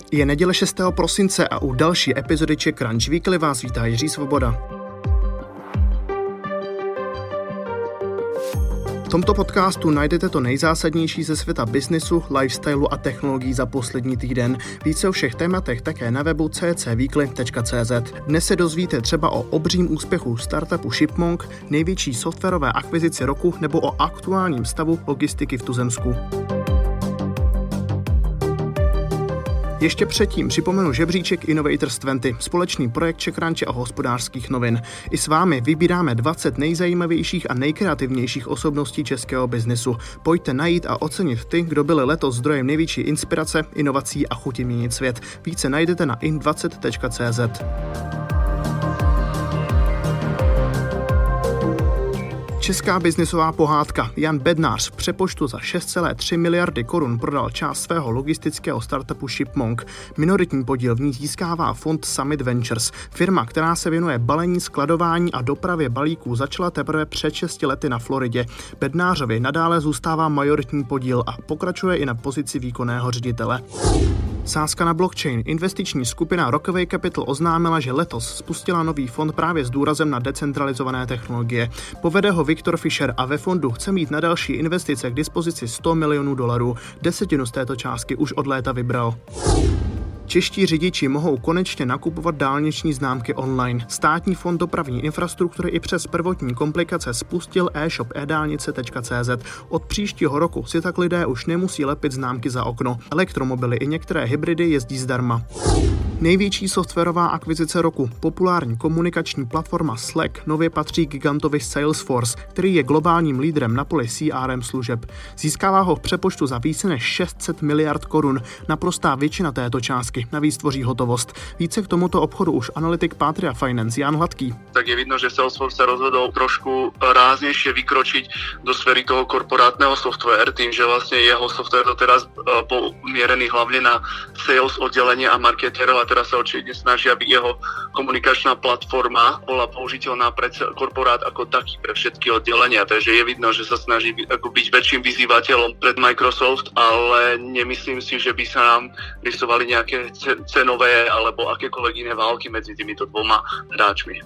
Je neděle 6. prosince a u další epizody Czech Crunch Weekly vás vítá Jiří Svoboda. V tomto podcastu najdete to nejzásadnější ze světa biznisu, lifestylu a technologií za poslední týden. Více o všech tématech také na webu ccweekly.cz. Dnes se dozvíte třeba o obřím úspěchu startupu Shipmonk, největší softwarové akvizici roku nebo o aktuálním stavu logistiky v tuzemsku. Ještě předtím připomenu žebříček Innovators 20, společný projekt Czech Crunche a Hospodářských novin. I s vámi vybíráme 20 nejzajímavějších a nejkreativnějších osobností českého biznesu. Pojďte najít a ocenit ty, kdo byli letos zdrojem největší inspirace, inovací a chuti měnit svět. Více najdete na in20.cz. Česká biznisová pohádka. Jan Bednář v přepočtu za 6,3 miliardy korun prodal část svého logistického startupu Shipmonk. Minoritní podíl v ní získává fond Summit Ventures. Firma, která se věnuje balení, skladování a dopravě balíků, začala teprve před 6 lety na Floridě. Bednářovi nadále zůstává majoritní podíl a pokračuje i na pozici výkonného ředitele. Sázka na blockchain. Investiční skupina Rockaway Capital oznámila, že letos spustila nový fond právě s důrazem na decentralizované technologie. Povede ho Viktor Fischer a ve fondu chce mít na další investice k dispozici $100 milionů. Desetinu z této částky už od léta vybral. Čeští řidiči mohou konečně nakupovat dálniční známky online. Státní fond dopravní infrastruktury i přes prvotní komplikace spustil e-shop edálnice.cz. Od příštího roku si tak lidé už nemusí lepit známky za okno. Elektromobily i některé hybridy jezdí zdarma. Největší softwarová akvizice roku. Populární komunikační platforma Slack nově patří gigantovi Salesforce, který je globálním lídrem na poli CRM služeb. Získává ho v přepočtu za více než 600 miliard korun. Naprostá většina této částky navíc tvoří hotovost. Více k tomuto obchodu už analytik Patria Finance Jan Hladký. Tak je vidno, že Salesforce sa rozhodol trošku ráznejšie vykročiť do sféry toho korporátneho software, tým, že vlastne jeho software doteraz bol mierený hlavne na sales oddelenie a marketérov a teraz sa určite snaží, aby jeho komunikačná platforma bola použiteľná pre korporát ako taký pre všetky oddelenia. Takže je vidno, že sa snaží byť väčším vyzývateľom pred Microsoft, ale nemyslím si, že by sa nám rysovali nejaké cenové alebo akékoľvek iné války medzi týmito dvoma hráčmi.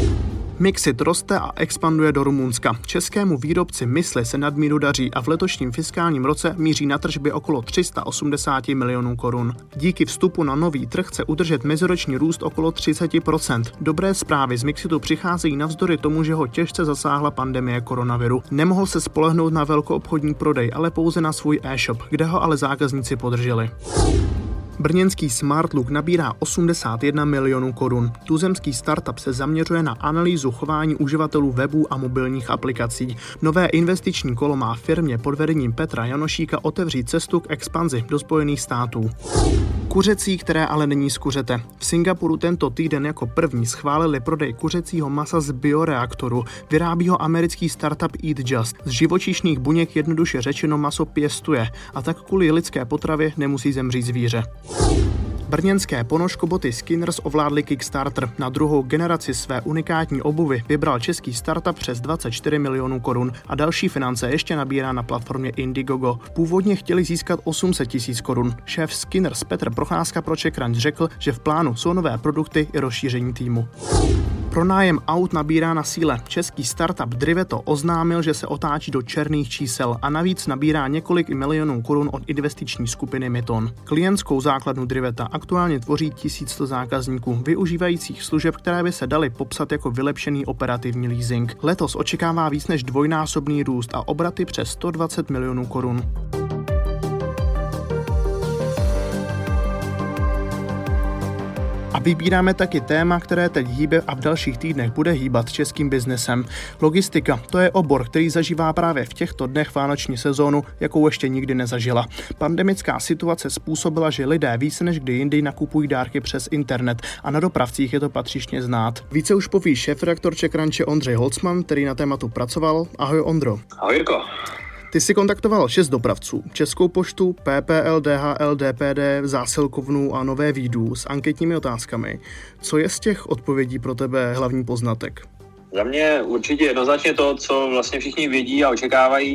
Mixit roste a expanduje do Rumunska. Českému výrobci mysli se nadmíru daří a v letošním fiskálním roce míří na tržby okolo 380 milionů korun. Díky vstupu na nový trh chce udržet meziroční růst okolo 30%. Dobré zprávy z Mixitu přicházejí navzdory tomu, že ho těžce zasáhla pandemie koronaviru. Nemohl se spolehnout na velkoobchodní prodej, ale pouze na svůj e-shop, kde ho ale zákazníci podrželi. Brněnský Smartlook nabírá 81 milionů korun. Tuzemský startup se zaměřuje na analýzu chování uživatelů webů a mobilních aplikací. Nové investiční kolo má firmě pod vedením Petra Janošíka otevřít cestu k expanzi do Spojených států. Kuřecí, které ale není z kuřete. V Singapuru tento týden jako první schválili prodej kuřecího masa z bioreaktoru. Vyrábí ho americký startup Eat Just. Z živočišných buněk jednoduše řečeno maso pěstuje a tak kvůli lidské potravě nemusí zemřít zvíře. Brněnské ponožkoboty Skinners ovládly Kickstarter. Na druhou generaci své unikátní obuvy vybral český startup přes 24 milionů korun a další finance ještě nabírá na platformě Indiegogo. Původně chtěli získat 800 000 korun. Šéf Skinners Petr Procházka pro Czech Crunch řekl, že v plánu jsou nové produkty i rozšíření týmu. Pronájem aut nabírá na síle. Český startup Driveto oznámil, že se otáčí do černých čísel a navíc nabírá několik milionů korun od investiční skupiny Myton. Klientskou základnu Driveta aktuálně tvoří 1100 zákazníků, využívajících služeb, které by se daly popsat jako vylepšený operativní leasing. Letos očekává víc než dvojnásobný růst a obraty přes 120 milionů korun. A vybíráme taky téma, které teď hýbe a v dalších týdnech bude hýbat českým biznesem. Logistika, to je obor, který zažívá právě v těchto dnech vánoční sezónu, jakou ještě nikdy nezažila. Pandemická situace způsobila, že lidé více než kdy jindy nakupují dárky přes internet a na dopravcích je to patřičně znát. Více už poví šéfredaktor Czech Crunche Ondřej Holcman, který na tématu pracoval. Ahoj Ondro. Ahoj Jirko. Ty jsi kontaktoval 6 dopravců, Českou poštu, PPL, DHL, DPD, Zásilkovnu a Nové Výdů s anketními otázkami. Co je z těch odpovědí pro tebe hlavní poznatek? Za mě určitě jednoznačně to, co vlastně všichni vědí a očekávají,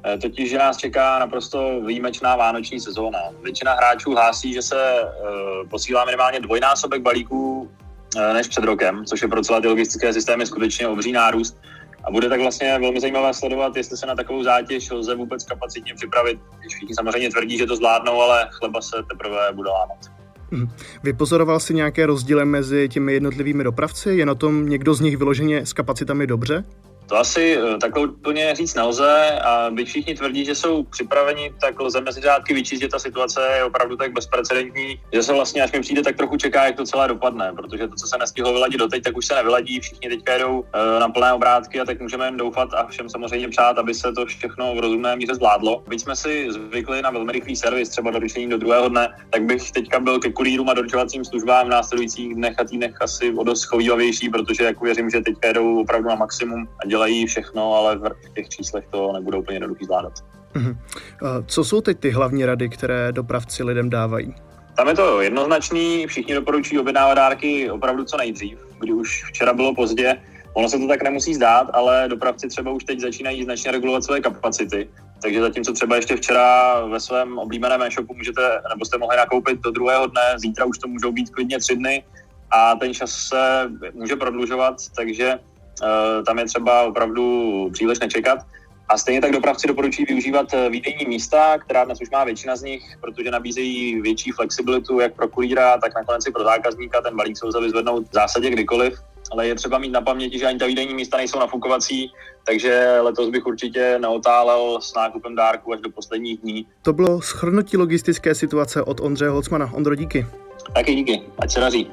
totiž že nás čeká naprosto výjimečná vánoční sezóna. Většina hráčů hlásí, že se posílá minimálně dvojnásobek balíků než před rokem, což je pro celé ty logistické systémy skutečně obří nárůst. A bude tak vlastně velmi zajímavé sledovat, jestli se na takovou zátěž lze vůbec kapacitně připravit. Všichni samozřejmě tvrdí, že to zvládnou, ale chleba se teprve bude lámat. Vypozoroval jsi nějaké rozdíly mezi těmi jednotlivými dopravci? Je na tom někdo z nich vyloženě s kapacitami dobře? To asi takhle úplně říct nelze a byť všichni tvrdí, že jsou připraveni, tak lze mezi řádky vyčíst, že ta situace je opravdu tak bezprecedentní, že se vlastně, až mi přijde, tak trochu čeká, jak to celé dopadne, protože to, co se nestihlo vyladit doteď, tak už se nevyladí, všichni teďka jedou na plné obrátky a tak můžeme jen doufat a všem samozřejmě přát, aby se to všechno v rozumné míře zvládlo. Byť jsme si zvykli na velmi rychlý servis, třeba doručení do druhého dne, tak bych teďka byl ke kurýrům a doručovacím službám v následujících dnech a týdnech asi o dost chovývavější, protože jako věřím, že teďka jedou opravdu na maximum a dělají všechno, ale v těch číslech to nebude úplně jednoduchý zvládat. Co jsou teď ty hlavní rady, které dopravci lidem dávají? Tam je to jednoznačný, všichni doporučují objednávat dárky opravdu co nejdřív, kdy už včera bylo pozdě. Ono se to tak nemusí zdát, ale dopravci třeba už teď začínají značně regulovat své kapacity. Takže zatímco třeba ještě včera ve svém oblíbeném e-shopu jste mohli nakoupit do druhého dne, zítra už to můžou být klidně 3 dny a ten čas se může prodlužovat, takže tam je třeba opravdu příliš nečekat. A stejně tak dopravci doporučují využívat výdejní místa, která dnes už má většina z nich, protože nabízejí větší flexibilitu jak pro kurýra, tak nakonec i pro zákazníka. Ten balík se lze vyzvednout v zásadě kdykoliv, ale je třeba mít na paměti, že ani ta výdejní místa nejsou nafukovací, takže letos bych určitě neotálel s nákupem dárku až do posledních dní. To bylo shrnutí logistické situace od Ondřeje Holcmana. Ondro, díky. Taky díky, ať se daří.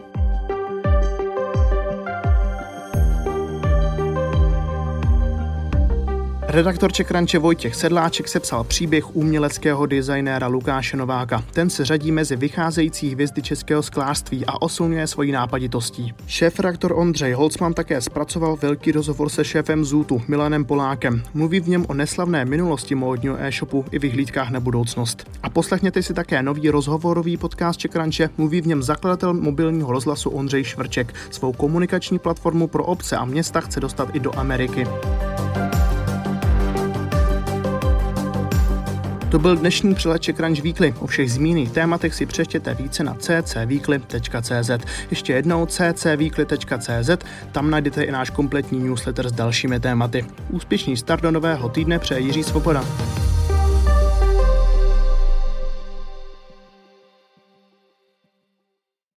Redaktor CzechCrunche Vojtěch Sedláček sepsal příběh uměleckého designéra Lukáše Nováka. Ten se řadí mezi vycházející hvězdy českého sklářství a oslňuje svojí nápaditostí. Šéfredaktor Ondřej Holcman také zpracoval velký rozhovor se šéfem Zootu Milanem Polákem. Mluví v něm o neslavné minulosti módního e-shopu i vyhlídkách na budoucnost. A poslechněte si také nový rozhovorový podcast CzechCrunche. Mluví v něm zakladatel mobilního rozhlasu Ondřej Švrček. Svou komunikační platformu pro obce a města chce dostat i do Ameriky. To byl dnešní přehled CzechCrunch Weekly. O všech zmíněných tématech si přečtěte více na ccweekly.cz. Ještě jednou ccweekly.cz, tam najdete i náš kompletní newsletter s dalšími tématy. Úspěšný start do nového týdne přeje Jiří Svoboda.